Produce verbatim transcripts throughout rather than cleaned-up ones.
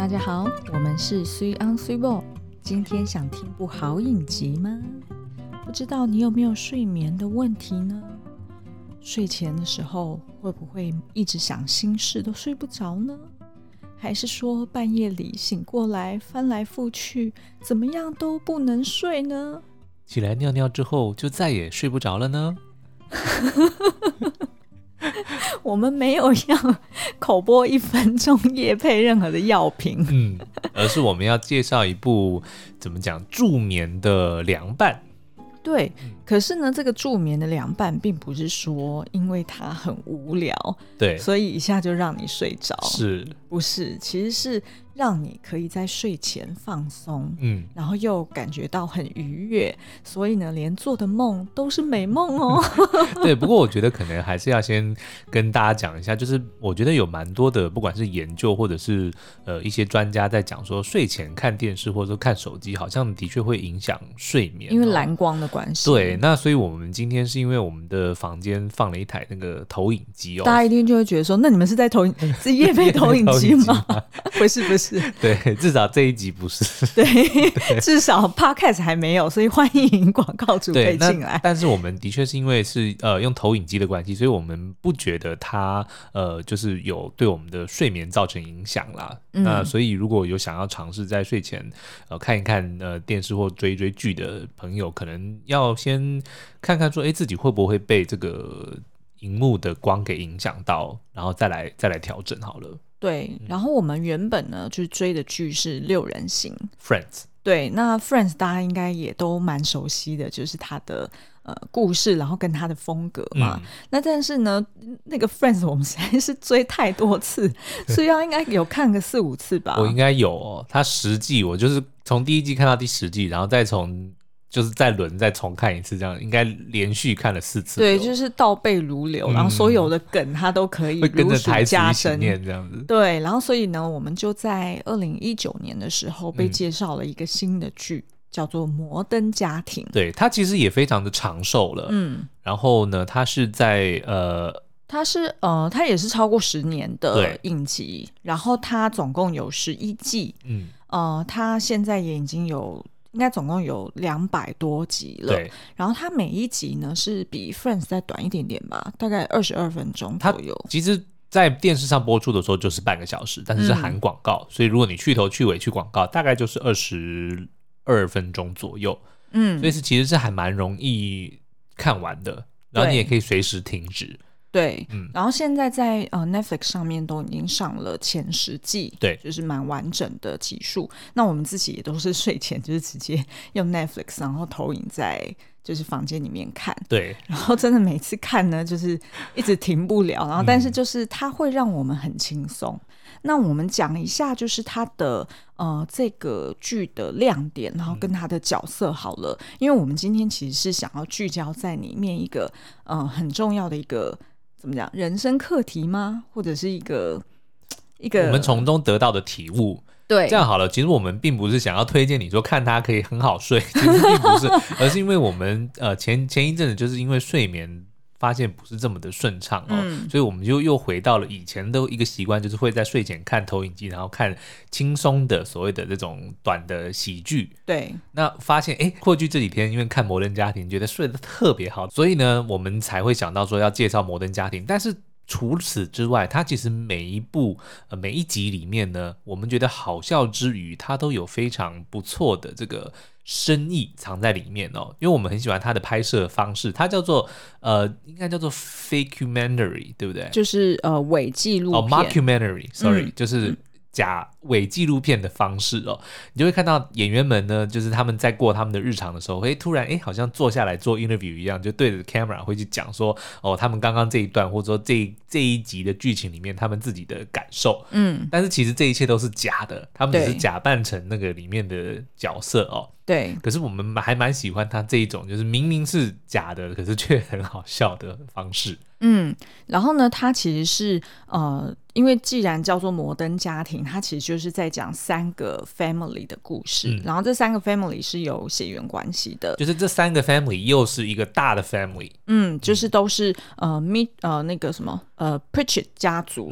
大家好，我们是水昂水某。今天想听部好影集吗？不知道你有没有睡眠的问题呢？睡前的时候会不会一直想心事都睡不着呢？还是说半夜里醒过来翻来覆去，怎么样都不能睡呢？ 起来尿尿之后就再也睡不着了呢？ 我们没有要口播一分钟业配任何的药品， 嗯，而是我们要介绍一部怎么讲助眠的凉拌。 对，可是呢，这个助眠的凉拌并不是说因为它很无聊， 对， 所以一下就让你睡着， 是不是？其实是让你可以在睡前放松， 嗯， 然后又感觉到很愉悦，所以呢，连做的梦都是美梦哦。 对，不过我觉得可能还是要先跟大家讲一下，就是我觉得有蛮多的，不管是研究或者是呃一些专家在讲说，睡前看电视或者说看手机，好像的确会影响睡眠， 因为蓝光的关系。 对，那所以我们今天是因为我们的房间放了一台那个投影机哦， 大家一定就会觉得说，那你们是在投影是业配投影机吗？不是不是， 对，至少这一集不是， 对，对至少 podcast 还没有，所以欢迎广告主可以进来。 但是我们的确是因为是呃用投影机的关系，所以我们不觉得它呃就是有对我们的睡眠造成影响啦。嗯、那所以如果有想要尝试在睡前呃看一看呃电视或追一追剧的朋友，可能要先看看说，哎，自己会不会被这个荧幕的光给影响到，然后再来再来调整好了。 对，然后我们原本呢就是追的剧是六人行 Friends， 对， 那 Friends 大家应该也都蛮熟悉的，就是它的呃故事，然后跟它的风格嘛、嗯、那但是呢那个 Friends 我们实在是追太多次，所以要应该有看个四五次吧。 我应该有哦，它十季我就是从第一季看到第十季，然后再从就是再轮再重看一次，这样应该连续看了四次。 对，就是倒背如流、嗯、然后所有的梗它都可以如数家珍这样子。 对，然后所以呢我们就在二零一九年的时候被介绍了一个新的剧、嗯、叫做摩登家庭。 对，它其实也非常的长寿了。嗯，然后呢它是在呃它是呃，它也是超过十年的影集，然后它总共有十一季。嗯，呃，它现在也已经有应该总共有两百多集了。对，然后它每一集呢是比 Friends 再短一点点吧，大概二十二分钟左右。 其实在电视上播出的时候就是半个小时，但是是含广告、嗯、所以如果你去头去尾去广告大概就是二十二分钟左右。嗯，所以是其实是还蛮容易看完的，然后你也可以随时停止。 对、嗯，然后现在在呃 Netflix 上面都已经上了前十季， 对， 就是蛮完整的集数。那我们自己也都是睡前就是直接用 Netflix， 然后投影在就是房间里面看， 对， 然后真的每次看呢，就是一直停不了，然后但是就是它会让我们很轻松。嗯、那我们讲一下就是它的呃这个剧的亮点，然后跟它的角色好了，嗯、因为我们今天其实是想要聚焦在里面一个呃很重要的一个。怎么讲？人生课题吗？或者是一个一个我们从中得到的体悟？ 对， 这样好了。其实我们并不是想要推荐你说看它可以很好睡，其实并不是，而是因为我们呃前前一阵子就是因为睡眠发现不是这么的顺畅哦、嗯，所以我们就又回到了以前的一个习惯，就是会在睡前看投影机，然后看轻松的所谓的这种短的喜剧。 对， 那发现哎，阔剧这几天因为看《摩登家庭》觉得睡得特别好，所以呢，我们才会想到说要介绍《摩登家庭》。但是除此之外，它其实每一部、呃、每一集里面呢，我们觉得好笑之余，它都有非常不错的这个深意藏在里面哦。因为我们很喜欢它的拍摄方式，它叫做呃，应该叫做 fakementary， 对不对？ 就是呃伪纪录片哦 ，mockumentary，sorry，、嗯、就是假伪纪录片的方式哦。你就会看到演员们呢，就是他们在过他们的日常的时候，会突然哎，好像坐下来做 interview 一样，就对着 camera 会去讲说，哦，他们刚刚这一段，或者说这这一集的剧情里面他们自己的感受。嗯，但是其实这一切都是假的，他们只是假扮成那个里面的角色哦。 对， 可是我们还蛮喜欢他这一种，就是明明是假的，可是却很好笑的方式。 嗯，然后呢，它其实是呃，因为既然叫做摩登家庭，它其实就是在讲三个 family 的故事、嗯、然后这三个 family 是有血缘关系的， 就是这三个 family 又是一个大的 family。 嗯，就是都是呃 meet 呃那个什么呃 Pritchett 家族。嗯，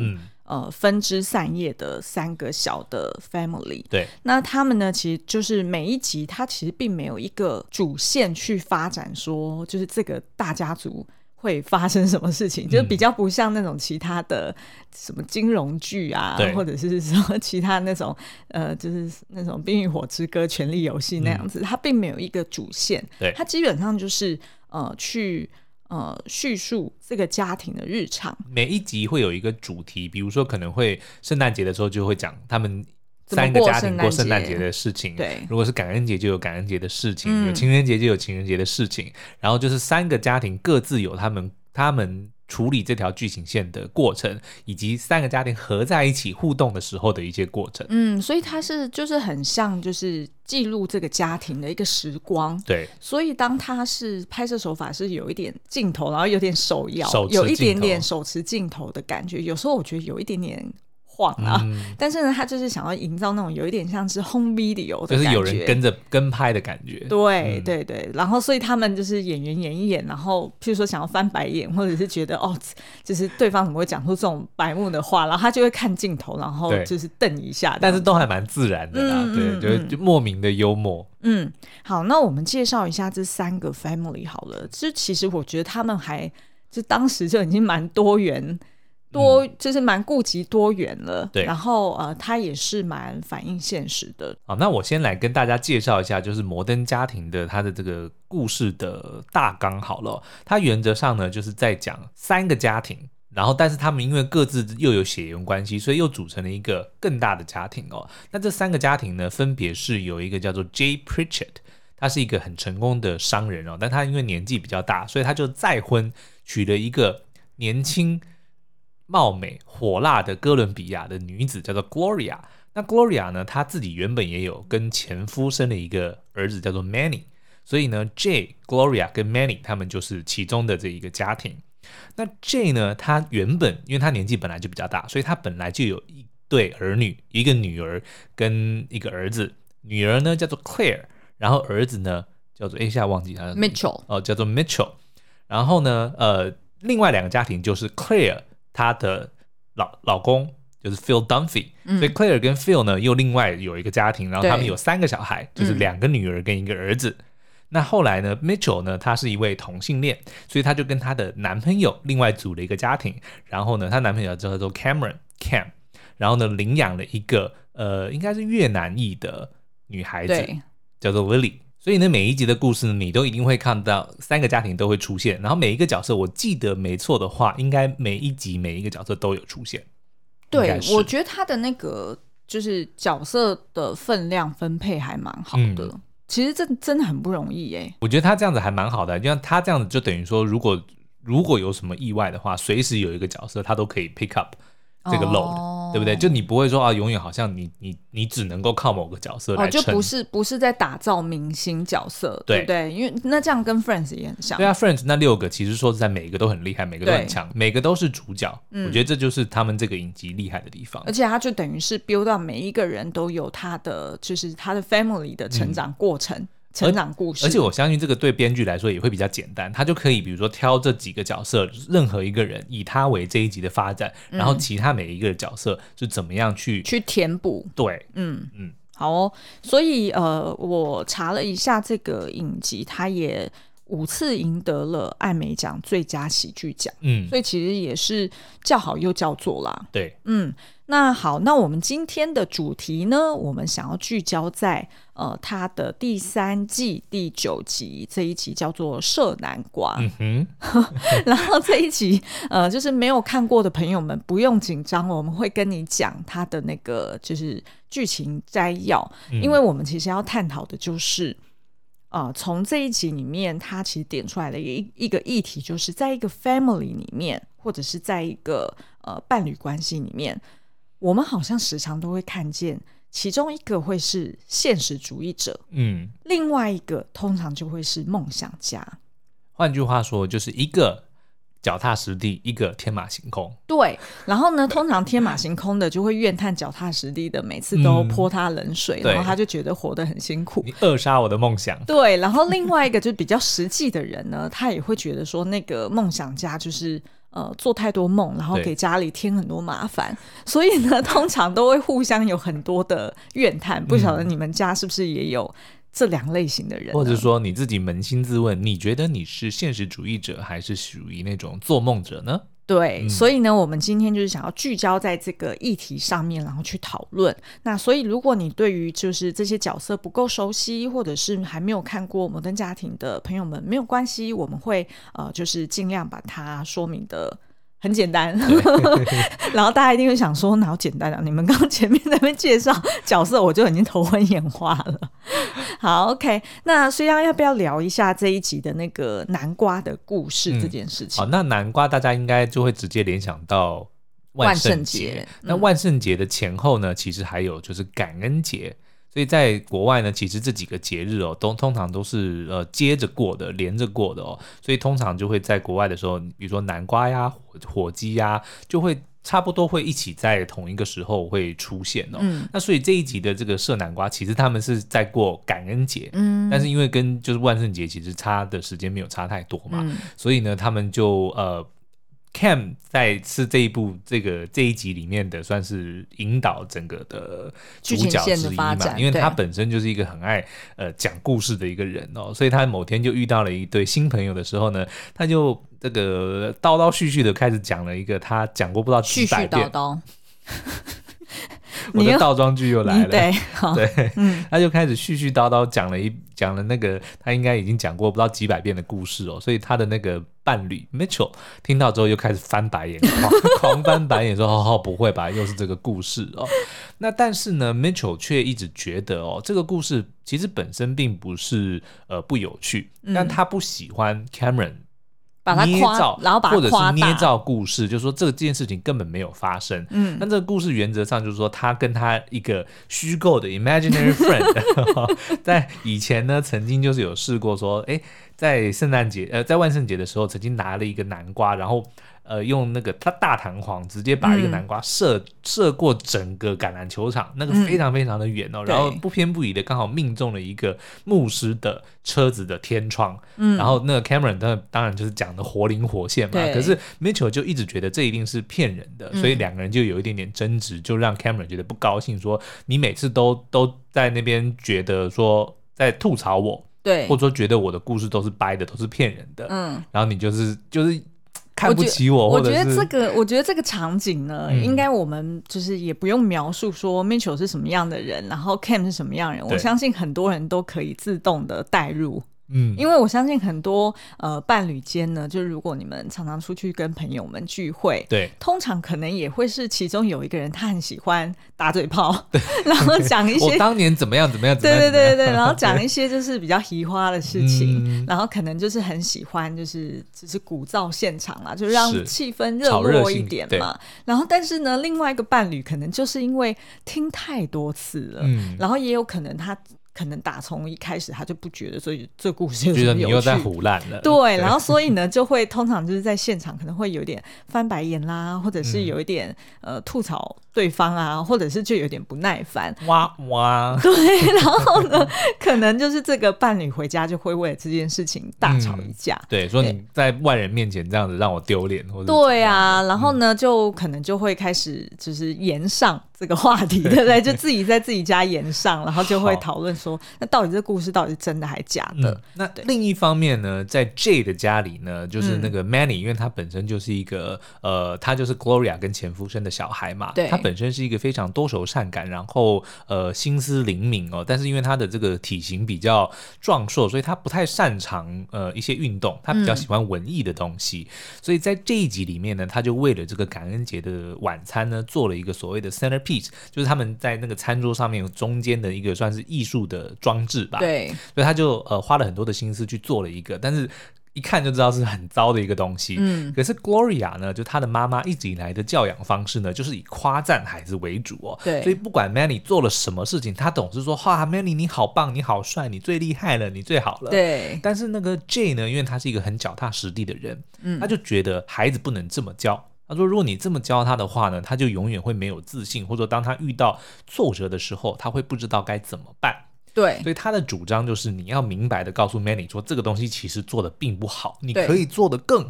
呃分枝散叶的三个小的 family。 对， 那他们呢，其实就是每一集它其实并没有一个主线去发展说，就是这个大家族会发生什么事情，就比较不像那种其他的什么金融剧啊，或者是什么其他那种呃，就是那种《冰与火之歌》《权力游戏》那样子，嗯、它并没有一个主线， 对， 它基本上就是呃去呃叙述这个家庭的日常。 每一集会有一个主题，比如说可能会圣诞节的时候就会讲他们三个家庭过圣诞节的事情， 对， 如果是感恩节就有感恩节的事情、 嗯、 有情人节就有情人节的事情，然后就是三个家庭各自有他们他们处理这条剧情线的过程，以及三个家庭合在一起互动的时候的一些过程。 嗯，所以它是就是很像就是记录这个家庭的一个时光。 对， 所以当它是拍摄手法是有一点镜头，然后有点手摇， 手持镜头， 有一点点手持镜头的感觉，有时候我觉得有一点点晃啊、嗯，但是呢他就是想要营造那种有一点像是 home video 的感觉， 就是有人跟着跟拍的感觉。 对、嗯、对对，然后所以他们就是演员演一演，然后譬如说想要翻白眼，或者是觉得哦，就是对方怎么会讲出这种白目的话，然后他就会看镜头，然后就是瞪一下， 但是都还蛮自然的啦，嗯、对、嗯，就就莫名的幽默。 嗯，好，那我们介绍一下这三个 family 好了。就其实我觉得他们还就当时就已经蛮多元。多就是蛮顾及多元了， 对， 然后呃，它也是蛮反映现实的。 好，那我先来跟大家介绍一下，就是摩登家庭的它的这个故事的大纲好了。它原则上呢，就是在讲三个家庭，然后但是他们因为各自又有血缘关系，所以又组成了一个更大的家庭哦。那这三个家庭呢，分别是有一个叫做 Jay Pritchett， 他是一个很成功的商人哦，但他因为年纪比较大，所以他就再婚，娶了一个年轻貌美火辣的哥伦比亚的女子，叫做 Gloria。 那 Gloria 呢，她自己原本也有跟前夫生了一个儿子叫做 Manny， 所以呢 Jay、Gloria 跟 Manny 他们就是其中的这一个家庭。那 Jay 呢，他原本因为他年纪本来就比较大，所以他本来就有一对儿女，一个女儿跟一个儿子。女儿呢叫做 Claire， 然后儿子呢叫做哎，现在忘记他的 Mitchell， 哦，叫做 Mitchell。 然后呢呃，另外两个家庭就是 Claire她的 老, 老公就是 Phil Dunphy、嗯、所以 Claire 跟 Phil 呢又另外有一个家庭，然后他们有三个小孩，就是两个女儿跟一个儿子、嗯、那后来呢 Mitchell 呢，他是一位同性恋，所以他就跟他的男朋友另外组了一个家庭，然后呢他男朋友叫做 Cameron Cam， 然后呢领养了一个呃应该是越南裔的女孩子叫做 Lily。所以呢，每一集的故事呢，你都一定会看到三个家庭都会出现，然后每一个角色，我记得没错的话，应该每一集每一个角色都有出现。 对，我觉得他的那个就是角色的分量分配还蛮好的。嗯、其实这真的很不容易耶。 我觉得他这样子还蛮好的，就像他这样子，就等于说，如果如果有什么意外的话，随时有一个角色他都可以 pick up这个 load、哦、对不对？就你不会说啊，永远好像你你你只能够靠某个角色来撑、哦、 就不是不是在打造明星角色， 对, 对不对？因为那这样跟 Friends 也很像。 对啊 ，Friends 那六个其实说实在每一个都很厉害，每个都很强，每个都是主角、嗯。我觉得这就是他们这个影集厉害的地方。 而且他就等于是 build 到每一个人都有他的就是他的 family 的成长过程。嗯，成长故事。而且我相信这个对编剧来说也会比较简单，他就可以比如说挑这几个角色，任何一个人以他为这一集的发展、嗯、然后其他每一个角色是怎么样去去填补。 对， 嗯嗯，好哦。所以呃，我查了一下这个影集，它也五次赢得了艾美奖最佳喜剧奖，嗯，所以其实也是叫好又叫座啦。 对， 嗯，那好，那我们今天的主题呢，我们想要聚焦在呃它的第三季第九集，这一集叫做射南瓜。嗯哼，然后这一集呃就是没有看过的朋友们不用紧张，我们会跟你讲它的那个就是剧情摘要、嗯、因为我们其实要探讨的就是呃，从这一集里面它其实点出来的一一个议题，就是在一个 family 里面，或者是在一个呃伴侣关系里面，我们好像时常都会看见其中一个会是现实主义者，嗯，另外一个通常就会是梦想家。 换句话说，就是一个脚踏实地，一个天马行空。 对，然后呢通常天马行空的就会怨叹脚踏实地的每次都泼他冷水、嗯、然后他就觉得活得很辛苦， 你扼杀我的梦想。 对，然后另外一个就比较实际的人呢，他也会觉得说那个梦想家就是呃做太多梦，然后给家里添很多麻烦，所以呢通常都会互相有很多的怨叹。不晓得你们家是不是也有这两类型的人， 或者说你自己扪心自问，你觉得你是现实主义者还是属于那种做梦者呢？ 对、 嗯、 所以呢我们今天就是想要聚焦在这个议题上面，然后去讨论。那所以如果你对于就是这些角色不够熟悉，或者是还没有看过摩登家庭的朋友们，没有关系，我们会呃就是尽量把它说明的很简单然后大家一定会想说哪有简单啊，你们刚刚前面在那边介绍角色我就已经头昏眼花了好 OK， 那虽然要不要聊一下这一集的那个南瓜的故事这件事情、 嗯、好，那南瓜大家应该就会直接联想到万圣节、嗯、那万圣节的前后呢其实还有就是感恩节，所以在国外呢其实这几个节日哦都通常都是呃接着过的，连着过的哦，所以通常就会在国外的时候，比如说南瓜呀 火, 火鸡呀就会差不多会一起在同一个时候会出现哦、嗯、那所以这一集的这个射南瓜其实他们是在过感恩节、嗯、但是因为跟就是万圣节其实差的时间没有差太多嘛、嗯、所以呢他们就呃Cam 在是这一部这个这一集里面的算是引导整个的主角之一嘛，因为他本身就是一个很爱呃讲故事的一个人哦，所以他某天就遇到了一对新朋友的时候呢，他就这个叨叨絮絮的开始讲了一个他讲过不知道几百遍，絮絮叨叨我的倒装句又来了， 对对、嗯、他就开始絮絮叨叨讲了一讲了那个他应该已经讲过不知道几百遍的故事哦，所以他的那个伴侣 Mitchell 听到之后又开始翻白眼狂翻白眼说哦哦不会吧又是这个故事哦。那但是呢 Mitchell 却一直觉得哦这个故事其实本身并不是呃不有趣、嗯、但他不喜欢 Cameron 把它夸，然后把它或者是捏造故事，就是说这个这件事情根本没有发生。嗯，那这个故事原则上就是说，他跟他一个虚构的 imaginary friend， 在以前呢，曾经就是有试过说，哎，在圣诞节呃，在万圣节的时候，曾经拿了一个南瓜，然后呃用那个他大弹簧直接把一个南瓜射、嗯、射过整个橄榄球场，那个非常非常的远哦、嗯，然后不偏不倚的刚好命中了一个牧师的车子的天窗，嗯，然后那个 Cameron 当然就是讲的活灵活现嘛，可是 Mitchell 就一直觉得这一定是骗人的，所以两个人就有一点点争执，就让 Cameron 觉得不高兴，说你每次都都在那边觉得说在吐槽我，对，或者说觉得我的故事都是掰的，都是骗人的，嗯，然后你就是就是看不起我， 我觉得这个，我觉得这个场景呢、嗯，应该我们就是也不用描述说 Mitchell 是什么样的人，然后 Cam 是什么样的人，我相信很多人都可以自动的带入。嗯，因为我相信很多呃伴侣间呢，就是如果你们常常出去跟朋友们聚会，对，通常可能也会是其中有一个人他很喜欢打嘴炮，然后讲一些我当年怎么样怎么样怎么样， 对对对对，然后讲一些就是比较嘻花的事情、嗯，然后可能就是很喜欢就是只是鼓噪现场啦，就让气氛热络一点嘛。然后但是呢，另外一个伴侣可能就是因为听太多次了，嗯、然后也有可能他。可能打从一开始他就不觉得所以这故事有什么有趣， 觉得你又在唬烂了， 对, 对，然后所以呢就会通常就是在现场可能会有点翻白眼啦，或者是有一点、嗯、呃吐槽对方啊，或者是就有点不耐烦， 哇哇， 对，然后呢可能就是这个伴侣回家就会为了这件事情大吵一架、嗯、 对，说你在外人面前这样子让我丢脸，或者对啊，然后呢、嗯、就可能就会开始就是延上这个话题，对不对？就自己在自己家延上，然后就会讨论说那到底这故事到底是真的还是假的、嗯、 那另一方面呢，在 Jay 的家里呢，就是那个 Manny、嗯、因为他本身就是一个呃，他就是 Gloria 跟前夫生的小孩嘛，对，他本身是一个非常多愁善感，然后呃心思灵敏哦，但是因为他的这个体型比较壮硕，所以他不太擅长呃一些运动，他比较喜欢文艺的东西、嗯、所以在这一集里面呢，他就为了这个感恩节的晚餐呢，做了一个所谓的 centerpiece， 就是他们在那个餐桌上面中间的一个算是艺术的装置吧，对，所以他就呃花了很多的心思去做了一个，但是一看就知道是很糟的一个东西。嗯，可是 Gloria 呢，就她的妈妈一直以来的教养方式呢，就是以夸赞孩子为主哦。对，所以不管 Manny 做了什么事情，她总是说：“哇 ，Manny 你好棒，你好帅，你最厉害了，你最好了。”对。但是那个 Jay 呢，因为他是一个很脚踏实地的人，嗯，他就觉得孩子不能这么教。他说：“如果你这么教他的话呢，他就永远会没有自信，或者当他遇到挫折的时候，他会不知道该怎么办。”对，所以他的主张就是你要明白的告诉 Manny 说这个东西其实做的并不好，你可以做得更好。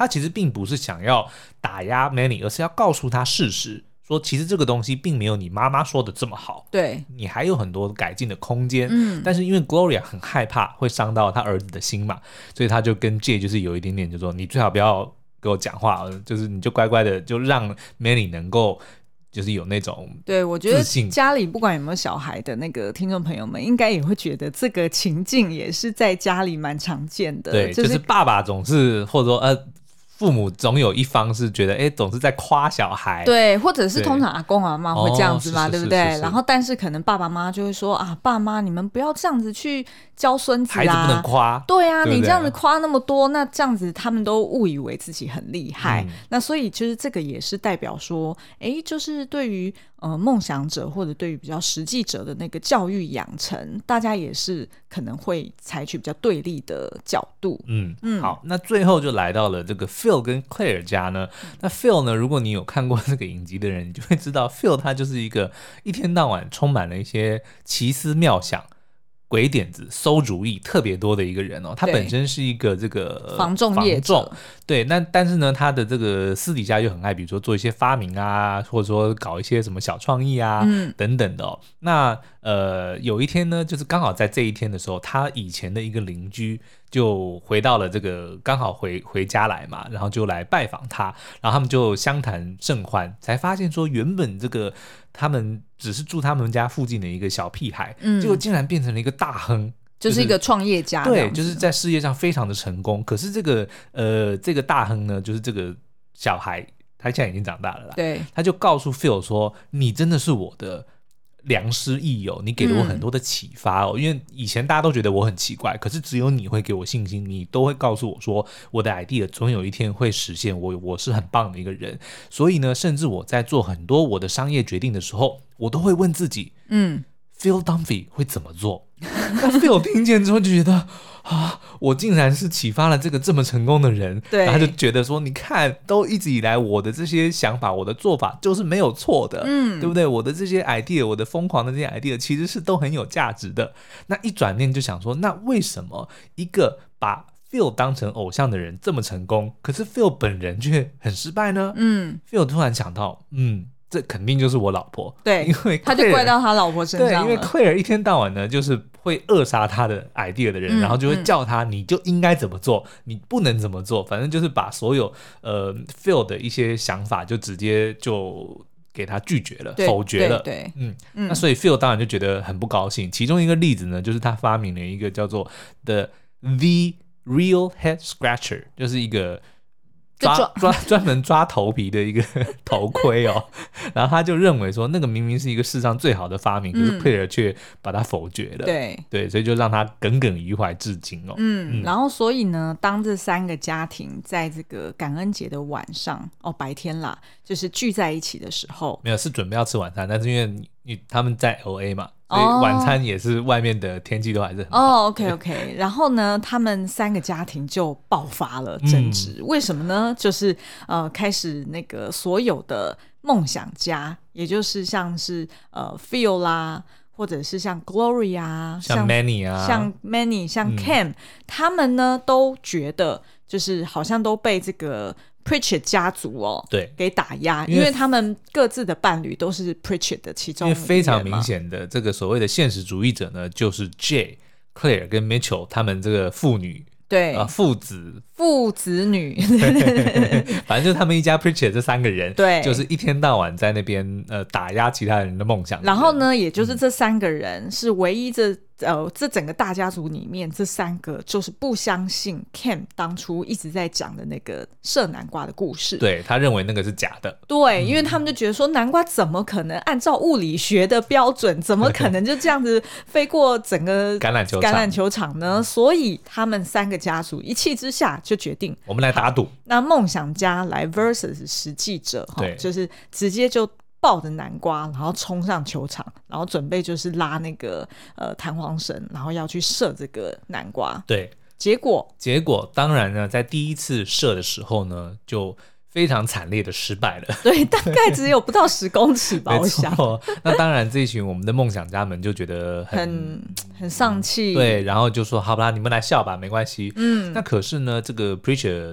他其实并不是想要打压 Manny， 而是要告诉他事实，说其实这个东西并没有你妈妈说的这么好， 对， 你还有很多改进的空间。 嗯， 但是因为 Gloria 很害怕会伤到他儿子的心嘛，所以他就跟 Jay 就是有一点点就说，你最好不要给我讲话，就是你就乖乖的就让 Manny 能够就是有那种自信。 对，我觉得家里不管有没有小孩的那个听众朋友们应该也会觉得这个情境也是在家里蛮常见的。 对， 就是、 就是爸爸总是或者说呃父母总有一方是觉得哎，总是在夸小孩， 对，或者是通常阿公阿妈会这样子嘛， 哦、 对不对？ 是是是是， 然后但是可能爸爸妈妈就会说啊，爸妈你们不要这样子去教孙子啊， 孩子不能夸， 对啊， 对不对？ 你这样子夸那么多，那这样子他们都误以为自己很厉害。嗯、那所以就是这个也是代表说，哎，就是对于呃梦想者或者对于比较实际者的那个教育养成，大家也是可能会采取比较对立的角度。 嗯嗯，好，那最后就来到了这个 Phil 跟 Claire 家呢。那 Phil 呢，如果你有看过这个影集的人，你就会知道 Phil 他就是一个一天到晚充满了一些奇思妙想、鬼点子、馊主意特别多的一个人哦。他本身是一个这个房仲业者， 对，那但是呢，他的这个私底下又很爱，比如说做一些发明啊，或者说搞一些什么小创意啊、嗯、等等的哦。那呃，有一天呢，就是刚好在这一天的时候，他以前的一个邻居就回到了这个刚好回回家来嘛，然后就来拜访他，然后他们就相谈甚欢，才发现说原本这个他们只是住他们家附近的一个小屁孩，嗯、结果竟然变成了一个大亨。 就是一个创业家， 对，就是在事业上非常的成功。可是这个呃，这个大亨呢，就是这个小孩，他现在已经长大了啦。 对， 他就告诉 Phil 说：“你真的是我的良师益友，你给了我很多的启发哦。嗯、因为以前大家都觉得我很奇怪，可是只有你会给我信心，你都会告诉我说，我的 idea 总有一天会实现，我我是很棒的一个人。所以呢，甚至我在做很多我的商业决定的时候，我都会问自己，嗯。” Phil Dunphy 会怎么做？那 Phil 听见之后就觉得啊，我竟然是启发了这个这么成功的人， 对， 然后他就觉得说，你看，都一直以来我的这些想法，我的做法就是没有错的，嗯，对不对？我的这些 idea， 我的疯狂的这些 idea， 其实是都很有价值的。那一转念就想说，那为什么一个把 Phil 当成偶像的人这么成功，可是 Phil 本人却很失败呢？嗯 ，Phil 突然想到，嗯。这肯定就是我老婆， 对， 因为他就怪到他老婆身上了。 对，因为 Claire 一天到晚呢，就是会扼杀他的 idea 的人，嗯、然后就会叫他，你就应该怎么做，嗯、你不能怎么做，反正就是把所有呃 Phil 的一些想法就直接就给他拒绝了，否决了。 对，对嗯，嗯那所以 Phil 当然就觉得很不高兴。其中一个例子呢，就是他发明了一个叫做 The V Real Head Scratcher， 就是一个。抓抓专门抓头皮的一个头盔哦，然后他就认为说那个明明是一个世上最好的发明，嗯、可是 Claire 却把它否决了。 对对，所以就让他耿耿于怀至今哦。 嗯，嗯然后所以呢，当这三个家庭在这个感恩节的晚上哦，白天啦，就是聚在一起的时候， 没有是准备要吃晚餐，但是因为你你他们在 L A 嘛。所以晚餐也是外面的天气都还是很好。 哦、oh, ，OK OK， 然后呢，他们三个家庭就爆发了争执，嗯、为什么呢？就是呃，开始那个所有的梦想家，也就是像是呃 Phil 啦，或者是像 Gloria， 像 Manny 啊， 像 Manny， 像 Cam，、嗯、他们呢都觉得就是好像都被这个。Pritchett 家族哦， 对， 给打压，因为他们各自的伴侣都是 Pritchett 的其中一员嘛。 因为非常明显的，这个所谓的现实主义者呢，就是 Jay、Claire 跟 Mitchell 他们这个父女。 对啊，父子父子女反正就是他们一家 Pritchett 这三个人， 对， 就是一天到晚在那边呃打压其他人的梦想。 然后呢，也就是这三个人、嗯、是唯一这呃这整个大家族里面，这三个就是不相信 Cam 当初一直在讲的那个射南瓜的故事。 对，他认为那个是假的。 对，嗯、因为他们就觉得说南瓜怎么可能按照物理学的标准，怎么可能就这样子飞过整个橄榄球场橄榄球场呢？所以他们三个家族一气之下就决定， 我们来打赌。 那梦想家来 versus 实际者，对，就是直接就抱着南瓜，然后冲上球场，然后准备就是拉那个呃弹簧绳，然后要去射这个南瓜。 对， 结果结果当然呢，在第一次射的时候呢，就非常惨烈的失败了。 对，大概只有不到十公尺吧，我想。 那当然，这一群我们的梦想家们就觉得很很, 很丧气、 嗯。对，然后就说好吧，你们来笑吧，没关系。嗯，那可是呢，这个 Preacher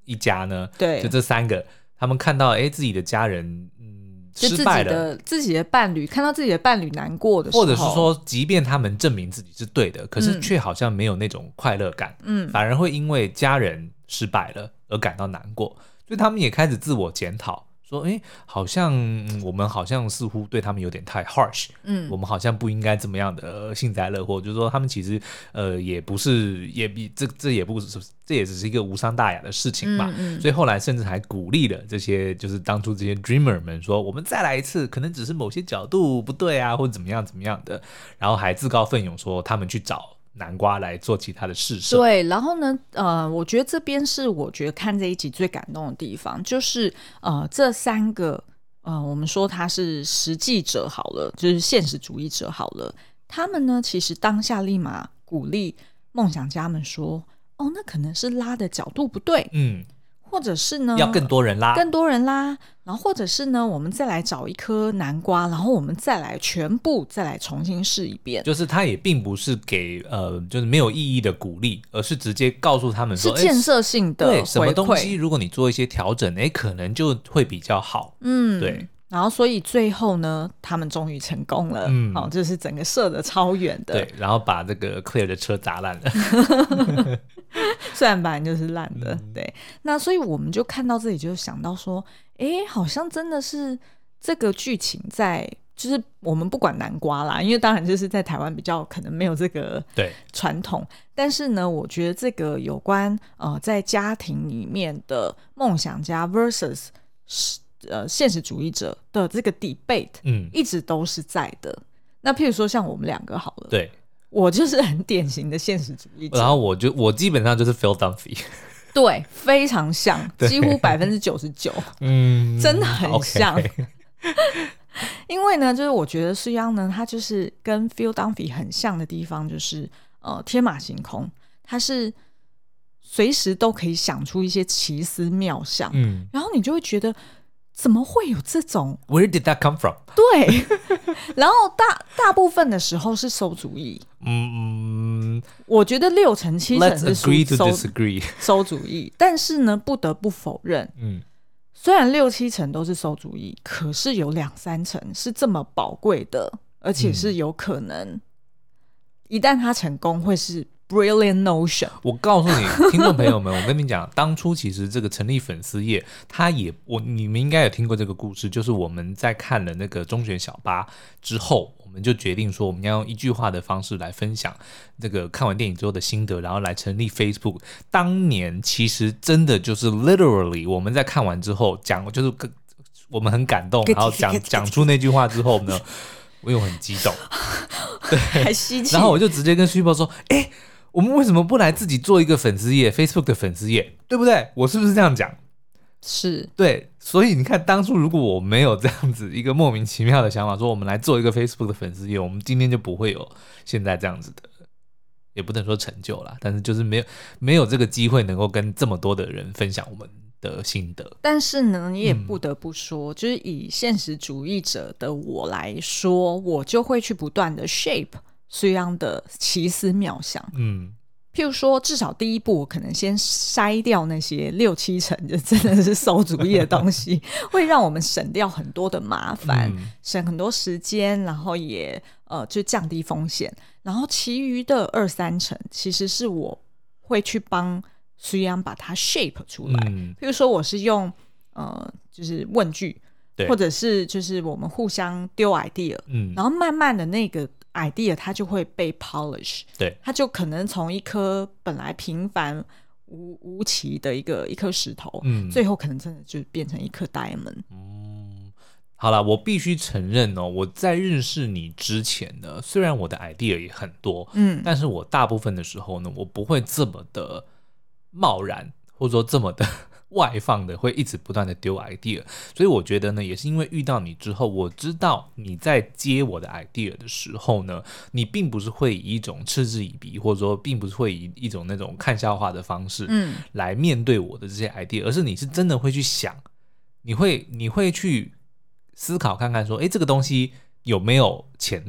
一家呢， 对， 就这三个，他们看到哎自己的家人嗯失败了， 就自己的自己的伴侣看到自己的伴侣难过的时候， 或者是说即便他们证明自己是对的，可是却好像没有那种快乐感，嗯，反而会因为家人失败了而感到难过，所以他们也开始自我检讨，说哎好像、嗯、我们好像似乎对他们有点太 harsh， 嗯，我们好像不应该这么样的、呃、幸灾乐祸，就是说他们其实呃也不是也比这这也不是这也只是一个无伤大雅的事情嘛，嗯嗯，所以后来甚至还鼓励了这些就是当初这些 dreamer 们说我们再来一次，可能只是某些角度不对啊，或者怎么样怎么样的，然后还自告奋勇说他们去找南瓜来做其他的事设。 对，然后呢呃，我觉得这边是我觉得看这一集最感动的地方，就是呃这三个呃我们说他是实际者好了，就是现实主义者好了，他们呢其实当下立马鼓励梦想家们说哦，那可能是拉的角度不对，嗯，或者是呢要更多人拉更多人拉，然后或者是呢我们再来找一颗南瓜，然后我们再来全部再来重新试一遍， 就是他也并不是给呃就是没有意义的鼓励，而是直接告诉他们说是建设性的回馈， 对什么东西如果你做一些调整，哎，可能就会比较好，嗯，对。 然后所以最后呢他们终于成功了，嗯，好，就是整个射得超远的， 对，然后把这个 Claire 的车砸烂了虽然本来就是烂的，嗯，对。那所以我们就看到这里就想到说诶好像真的是这个剧情在就是我们不管南瓜啦，因为当然就是在台湾比较可能没有这个传统，但是呢我觉得这个有关呃在家庭里面的梦想家 versus呃，现实主义者的这个 debate，嗯，一直都是在的。那譬如说像我们两个好了， 对， 我就是很典型的现实主义者， 然后我就我基本上就是 Phil Dunphy， 对，非常像，几乎百分之九十九，嗯，真的很像。Okay 因为呢，就是我觉得苏央呢，他就是跟 Phil Dunphy 很像的地方，就是呃天马行空，他是随时都可以想出一些奇思妙想，嗯，然后你就会觉得。怎么会有这种 Where did that come from？ 对然后 大, 大部分的时候是馊主意，嗯，我觉得六成七成是 agree to disagree 馊主意，但是呢不得不否认，嗯，虽然六七成都是馊主意，可是有两三成是这么宝贵的，而且是有可能、嗯、一旦它成功会是Brilliant notion。 我告诉你听众朋友们我跟你讲当初其实这个成立粉丝页他也我你们应该有听过这个故事，就是我们在看了那个中学小八之后，我们就决定说我们要用一句话的方式来分享这个看完电影之后的心得，然后来成立 Facebook。 当年其实真的就是 literally 我们在看完之后讲就是我们很感动，然后讲讲出那句话之后呢我又很激动对， 还稀奇， 然后我就直接跟 Super 说哎我们为什么不来自己做一个粉丝页 Facebook 的粉丝页，对不对？我是不是这样讲？ 是， 对，所以你看当初如果我没有这样子一个莫名其妙的想法说我们来做一个 Facebook 的粉丝页，我们今天就不会有现在这样子的，也不能说成就啦，但是就是没有没有这个机会能够跟这么多的人分享我们的心得。 但是呢你也不得不说、嗯、就是以现实主义者的我来说，我就会去不断的 shape这样的奇思妙想，嗯，譬如说至少第一步我可能先筛掉那些六七成就真的是馊主意的东西会让我们省掉很多的麻烦、嗯、省很多时间，然后也呃就降低风险，然后其余的二三成其实是我会去帮苏央把它 shape 出来、嗯、譬如说我是用呃就是问句，或者是就是我们互相丢 idea、嗯、然后慢慢的那个idea 它就会被 polish， 对， 它就可能从一颗本来平凡无无奇的一个一颗石头、嗯、最后可能真的就变成一颗 diamond。 嗯，好啦，我必须承认哦，我在认识你之前呢，虽然我的 idea 也很多，嗯，但是我大部分的时候呢，我不会这么的贸然，或者说这么的外放的会一直不断的丢 idea， 所以我觉得呢也是因为遇到你之后，我知道你在接我的 idea 的时候呢，你并不是会以一种嗤之以鼻，或者说并不是会以一种那种看笑话的方式来面对我的这些 idea、嗯、而是你是真的会去想，你会你会去思考看看说诶这个东西有没有潜力，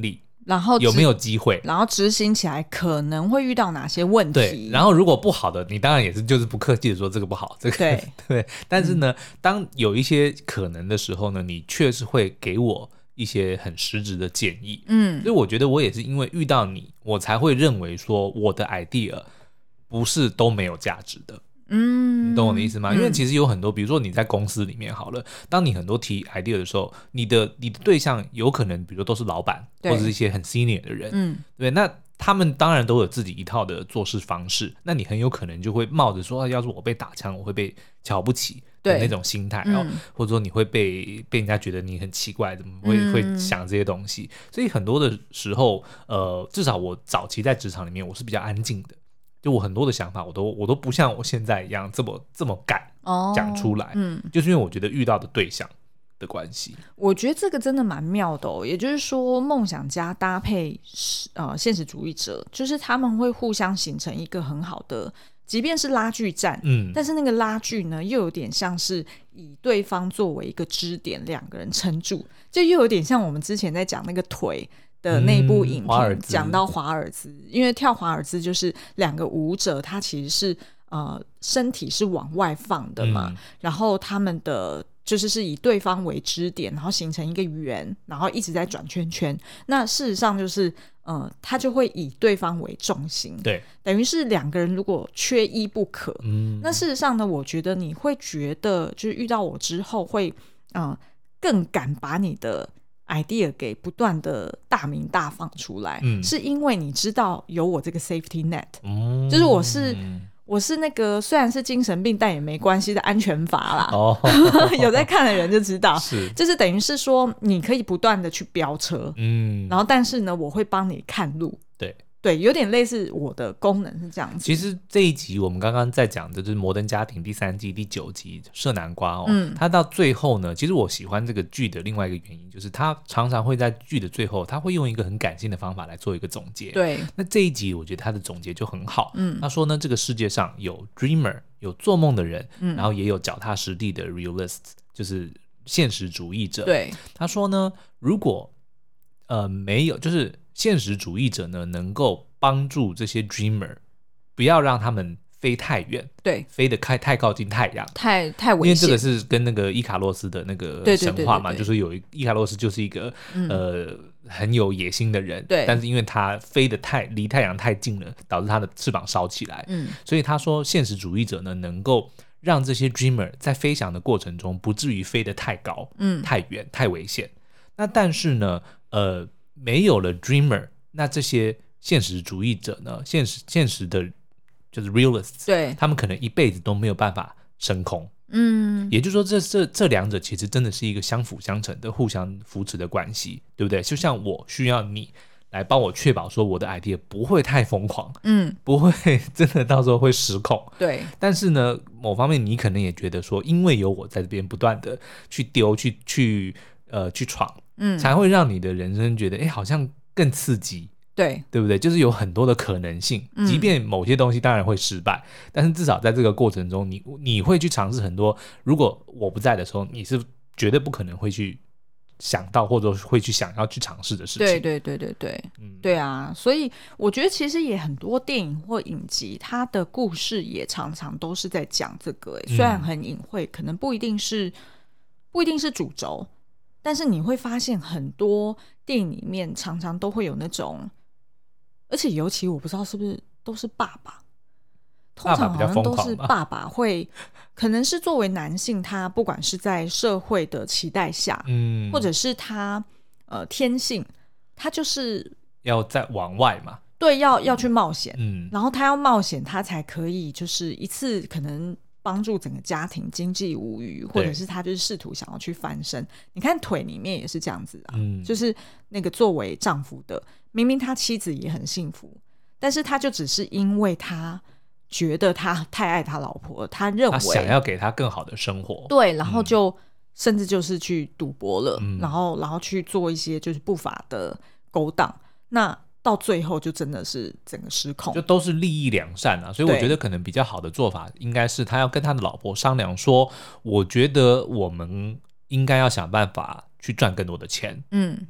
然后有没有机会， 然后执行起来可能会遇到哪些问题。 对，然后如果不好的，你当然也是就是不客气的说这个不好，这个对对。但是呢、嗯，当有一些可能的时候呢，你确实会给我一些很实质的建议。嗯，所以我觉得我也是因为遇到你，我才会认为说我的 idea 不是都没有价值的。嗯，你懂我的意思吗？嗯、因为其实有很多，比如说你在公司里面好了，当你很多提 idea 的时候，你的你的对象有可能，比如说都是老板或者是一些很 senior 的人，嗯，对，那他们当然都有自己一套的做事方式，那你很有可能就会冒着说，啊、要是我被打枪，我会被瞧不起的那种心态，然后、嗯、或者说你会被被人家觉得你很奇怪，怎么会、嗯、会想这些东西？所以很多的时候，呃，至少我早期在职场里面，我是比较安静的。就我很多的想法我都我都不像我现在一样这么这么敢讲出来、哦嗯、就是因为我觉得遇到的对象的关系。 我觉得这个真的蛮妙的哦，也就是说梦想家搭配呃现实主义者，就是他们会互相形成一个很好的，即便是拉锯战，嗯，但是那个拉锯呢又有点像是以对方作为一个支点，两个人撑住，就又有点像我们之前在讲那个腿的那部影片讲、嗯、到华尔兹，因为跳华尔兹就是两个舞者他其实是呃身体是往外放的嘛、嗯、然后他们的就是是以对方为支点，然后形成一个圆，然后一直在转圈圈，那事实上就是呃他就会以对方为重心， 对， 等于是两个人如果缺一不可、嗯、那事实上呢我觉得你会觉得就是遇到我之后会呃更敢把你的idea 给不断的大名大放出来、嗯、是因为你知道有我这个 safety net、嗯、就是我是我是那个虽然是精神病但也没关系的安全阀啦、哦、有在看的人就知道是就是等于是说你可以不断的去飙车、嗯、然后但是呢我会帮你看路， 对对，有点类似我的功能是这样子。 其实这一集我们刚刚在讲的就是摩登家庭第三季第九集射南瓜哦、嗯，它到最后呢，其实我喜欢这个剧的另外一个原因就是它常常会在剧的最后他会用一个很感性的方法来做一个总结。 对， 那这一集我觉得他的总结就很好。嗯，他说呢，这个世界上有 dreamer 有做梦的人、嗯、然后也有脚踏实地的 realists 就是现实主义者。 对， 他说呢，如果呃没有就是现实主义者呢能够帮助这些 dreamer 不要让他们飞太远， 对， 飞得太靠近太阳， 太太危险， 因为这个是跟那个伊卡洛斯的那个神话嘛，就是有伊卡洛斯就是一个、嗯、呃很有野心的人， 对， 但是因为他飞得太离太阳太近了，导致他的翅膀烧起来，嗯，所以他说现实主义者呢能够让这些 dreamer 在飞翔的过程中不至于飞得太高、嗯、太远太危险。那但是呢呃没有了 dreamer， 那这些现实主义者呢，现实现实的就是 realists， 对，他们可能一辈子都没有办法升空。嗯，也就是说这这这两者其实真的是一个相辅相成的互相扶持的关系，对不对？就像我需要你来帮我确保说我的 idea 不会太疯狂，嗯，不会真的到时候会失控。 对， 但是呢某方面你可能也觉得说因为有我在这边不断的去丢去去呃去闯，嗯，才会让你的人生觉得哎好像更刺激， 对对不对？就是有很多的可能性、嗯、即便某些东西当然会失败，但是至少在这个过程中你你会去尝试很多如果我不在的时候你是绝对不可能会去想到或者会去想要去尝试的事情。 对对对对对、嗯、对啊，所以我觉得其实也很多电影或影集它的故事也常常都是在讲这个，虽然很隐晦、嗯、可能不一定是不一定是主轴，但是你会发现很多电影里面常常都会有那种，而且尤其我不知道是不是都是爸爸，通常好像都是爸爸会可能是作为男性他不管是在社会的期待下、嗯、或者是他呃天性他就是要再往外嘛， 对，要要去冒险、嗯、然后他要冒险他才可以就是一次可能帮助整个家庭经济无虞，或者是他就是试图想要去翻身。你看腿里面也是这样子啊、嗯、就是那个作为丈夫的明明他妻子也很幸福，但是他就只是因为他觉得他太爱他老婆，他认为他想要给他更好的生活， 对，然后就、嗯、甚至就是去赌博了、嗯、然后然后去做一些就是不法的勾当，那到最后就真的是整个失控， 就都是利益两善啊。所以我觉得可能比较好的做法应该是他要跟他的老婆商量说，我觉得我们应该要想办法去赚更多的钱，嗯，那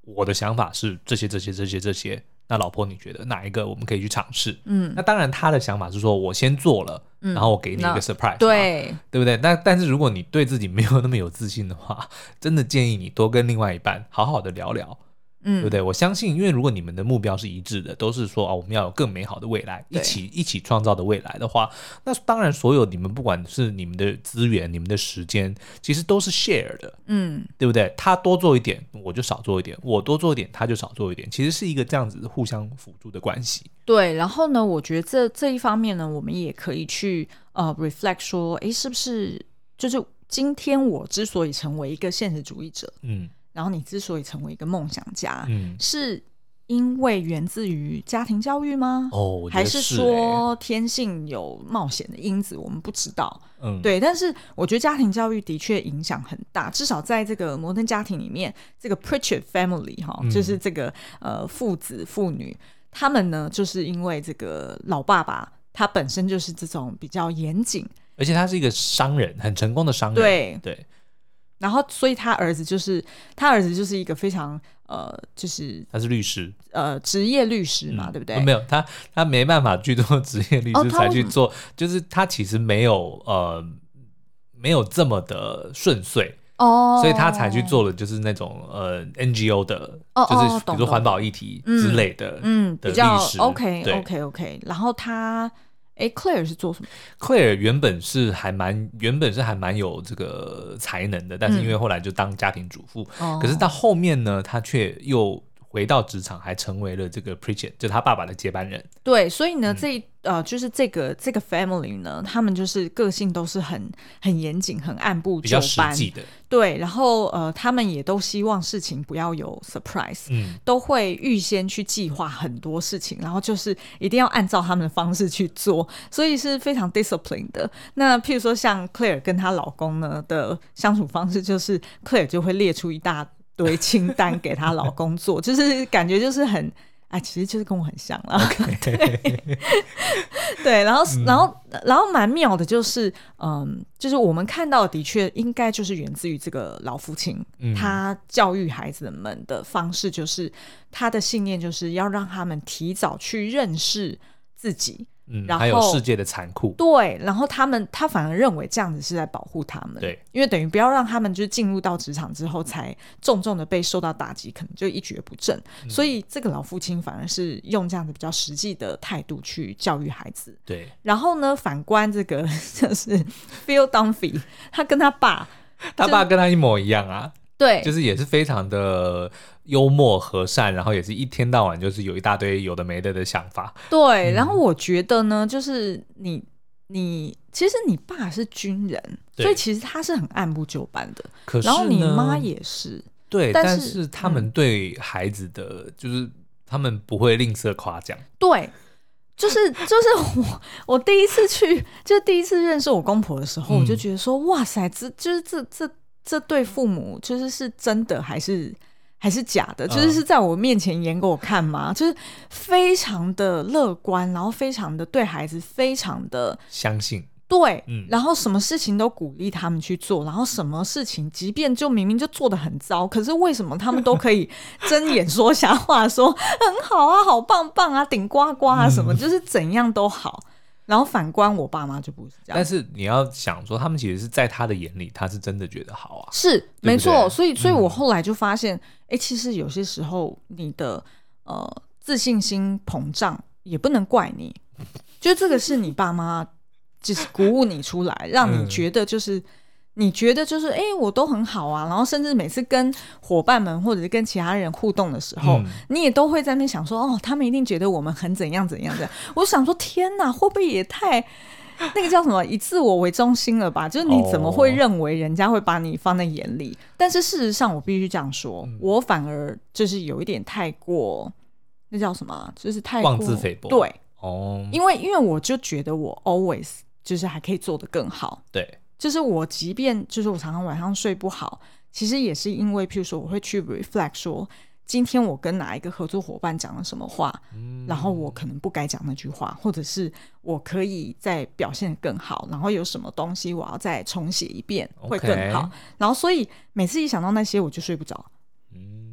我的想法是这些这些这些这些，那老婆你觉得哪一个我们可以去尝试？ 嗯， 那当然他的想法是说我先做了， 嗯、 然后我给你一个 surprise， 对对不对？那但是如果你对自己没有那么有自信的话，真的建议你多跟另外一半好好的聊聊。嗯，对不对？我相信，因为如果你们的目标是一致的，都是说哦，我们要有更美好的未来，一起一起创造的未来的话，那当然，所有你们不管是你们的资源、你们的时间，其实都是 share 的，嗯，对不对？他多做一点，我就少做一点；我多做一点，他就少做一点。其实是一个这样子互相辅助的关系。 对，然后呢，我觉得这这一方面呢，我们也可以去呃 reflect 说，哎，是不是就是今天我之所以成为一个现实主义者，嗯。然后你之所以成为一个梦想家，嗯，是因为源自于家庭教育吗？ 哦，我觉得是欸， 还是说天性有冒险的因子？我们不知道。嗯，对。但是我觉得家庭教育的确影响很大，至少在这个摩登家庭里面，这个 Pritchett family 哈，嗯，就是这个呃父子父女，他们呢就是因为这个老爸爸他本身就是这种比较严谨， 而且他是一个商人，很成功的商人。 对对。 然后，所以他儿子就是他儿子就是一个非常呃，就是他是律师， 呃，职业律师嘛，嗯，对不对？ 没有他，他没办法去做职业律师才去做，哦，就是他其实没有呃没有这么的顺遂哦，所以他才去做了就是那种呃 N G O 的，哦，就是比如说环保议题之类的， 嗯， 的比较律师 OK OK OK， 然后他。哎 ，Claire 是做什么 ？Claire 原本是还蛮原本是还蛮有这个才能的，但是因为后来就当家庭主妇，嗯，可是到后面呢，她却又回到职场，还成为了这个 Pritchett， 就是他爸爸的接班人。 对，所以呢，嗯，这呃，就是这个这个 family 呢，他们就是个性都是很很严谨、很按部就班，比较实际的。 对，然后呃，他们也都希望事情不要有 surprise，嗯，都会预先去计划很多事情，然后就是一定要按照他们的方式去做，所以是非常 disciplined 的。那譬如说像 Claire 跟她老公呢的相处方式，就是 Claire 就会列出一大堆清单给她老公做，就是感觉就是很。哎，其实就是跟我很像啦。Okay. 对，对，然后，嗯、然后，然后蛮妙的，就是，嗯，就是我们看到的，的确应该就是源自于这个老父亲，嗯、他教育孩子们的方式，就是他的信念，就是要让他们提早去认识自己。 嗯， 然后还有世界的残酷， 对，然后他们他反而认为这样子是在保护他们， 对， 因为等于不要让他们就进入到职场之后才重重的被受到打击，可能就一蹶不振，嗯，所以这个老父亲反而是用这样子比较实际的态度去教育孩子， 对。 然后呢，反观这个就是 Phil Dunphy， 他跟他爸， 他爸跟他一模一样啊。 对， 就是也是非常的幽默和善，然后也是一天到晚就是有一大堆有的没的的想法。 对，嗯，然后我觉得呢，就是你你其实你爸是军人，所以其实他是很按部就班的。 可是然后你妈也是， 对， 但是, 但是他们对孩子的，嗯，就是他们不会吝啬夸奖。 对。就是就是我我第一次去，就是第一次认识我公婆的时候，嗯，我就觉得说，哇塞，这就是这这。这对父母就是是真的还是还是假的？就是是在我面前演给我看吗？嗯，就是非常的乐观，然后非常的对孩子非常的相信， 对，嗯，然后什么事情都鼓励他们去做，然后什么事情即便就明明就做得很糟，可是为什么他们都可以睁眼说瞎话，说很好啊，好棒棒啊，顶呱呱啊什么，嗯，就是怎样都好。然后反观我爸妈就不是这样， 但是你要想说，他们其实是在他的眼里，他是真的觉得好啊， 是没错。所以，所以我后来就发现，哎，嗯，其实有些时候你的呃自信心膨胀也不能怪你，就这个是你爸妈就是鼓舞你出来，让你觉得就是。嗯，你觉得就是哎、欸，我都很好啊，然后甚至每次跟伙伴们或者是跟其他人互动的时候，嗯、你也都会在那边想说，哦，他们一定觉得我们很怎样怎样怎样。我想说，天哪，会不会也太那个叫什么以自我为中心了吧？就是你怎么会认为人家会把你放在眼里？哦、但是事实上，我必须这样说，嗯、我反而就是有一点太过，那叫什么？就是太过妄自菲薄。 对， 哦， 因为因为我就觉得我 always 就是还可以做得更好。 对。 就是我即便就是我常常晚上睡不好，其实也是因为譬如说我会去 reflect 说今天我跟哪一个合作伙伴讲了什么话、嗯、然后我可能不该讲那句话，或者是我可以再表现得更好，然后有什么东西我要再重写一遍会更好、okay. 然后所以每次一想到那些我就睡不着、嗯、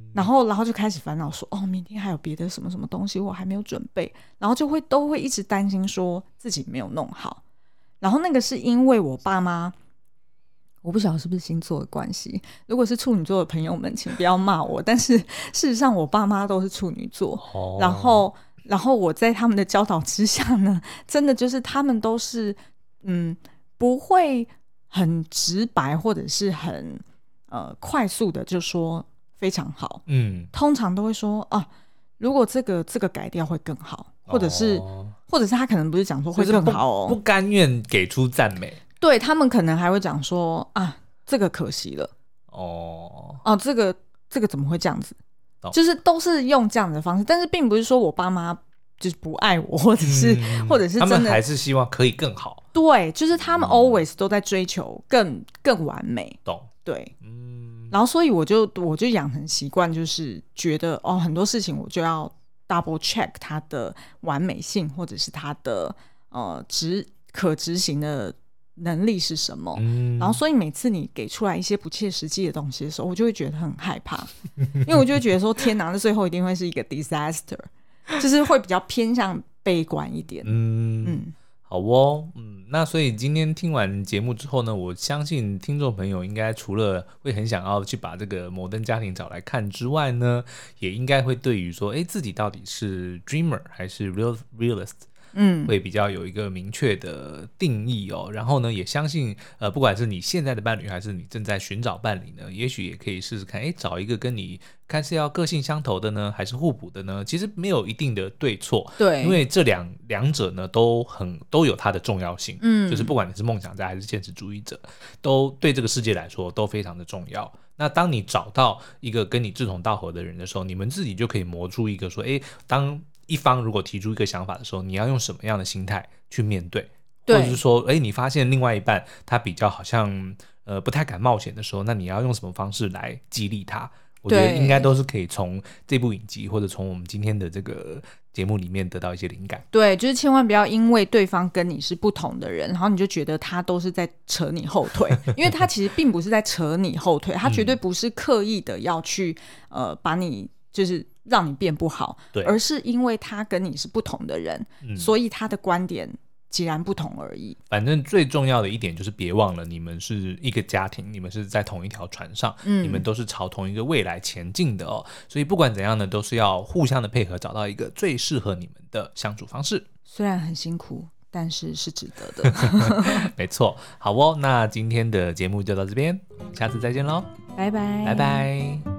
然后然后就开始烦恼说，哦，明天还有别的什么什么东西我还没有准备，然后就会都会一直担心说自己没有弄好。然后那个是因为我爸妈，我不晓得是不是星座的关系，如果是处女座的朋友们请不要骂我，但是事实上我爸妈都是处女座、哦、然后然后我在他们的教导之下呢，真的就是他们都是嗯不会很直白或者是很呃快速的就说非常好，嗯，通常都会说啊，如果这个这个改掉会更好，或者是、哦、或者是他可能不是讲说会更好哦， 不, 不甘愿给出赞美， 对，他们可能还会讲说啊，这个可惜了，哦哦，这个这个怎么会这样子、哦、就是都是用这样的方式，但是并不是说我爸妈就是不爱我，或者是、嗯、或者是真的， 他们还是希望可以更好， 对，就是他们 always 都在追求更更完美， 懂， 对，嗯，然后所以我就我就养成习惯，就是觉得哦，很多事情我就要 double check 它的完美性，或者是它的呃执可执行的能力是什么、嗯、然后所以每次你给出来一些不切实际的东西的时候，我就会觉得很害怕因为我就会觉得说天哪，那最后一定会是一个 disaster， 就是会比较偏向悲观一点。嗯嗯，好哦，嗯，那所以今天听完节目之后呢，我相信听众朋友应该除了会很想要去把这个摩登家庭找来看之外呢，也应该会对于说，哎，自己到底是 dreamer 还是 real realist，嗯，会比较有一个明确的定义哦。然后呢，也相信呃，不管是你现在的伴侣还是你正在寻找伴侣呢，也许也可以试试看，哎，找一个跟你看是要个性相投的呢，还是互补的呢？其实没有一定的对错， 对， 因为这两两者呢都很都有它的重要性，嗯，就是不管你是梦想家还是现实主义者，都对这个世界来说都非常的重要。那当你找到一个跟你志同道合的人的时候，你们自己就可以磨出一个说，哎，当一方如果提出一个想法的时候，你要用什么样的心态去面对，或者是说，哎，你发现另外一半他比较好像呃不太敢冒险的时候，那你要用什么方式来激励他？我觉得应该都是可以从这部影集或者从我们今天的这个节目里面得到一些灵感。 对，就是千万不要因为对方跟你是不同的人，然后你就觉得他都是在扯你后腿因为他其实并不是在扯你后腿，他绝对不是刻意的要去、嗯、呃把你就是让你变不好，对，而是因为他跟你是不同的人、嗯、所以他的观点截然不同而已。 反正最重要的一点就是别忘了你们是一个家庭，你们是在同一条船上、嗯、你们都是朝同一个未来前进的哦。所以不管怎样呢，都是要互相的配合，找到一个最适合你们的相处方式。 虽然很辛苦，但是是值得的没错。好哦，那今天的节目就到这边，我们下次再见咯， 拜拜拜拜。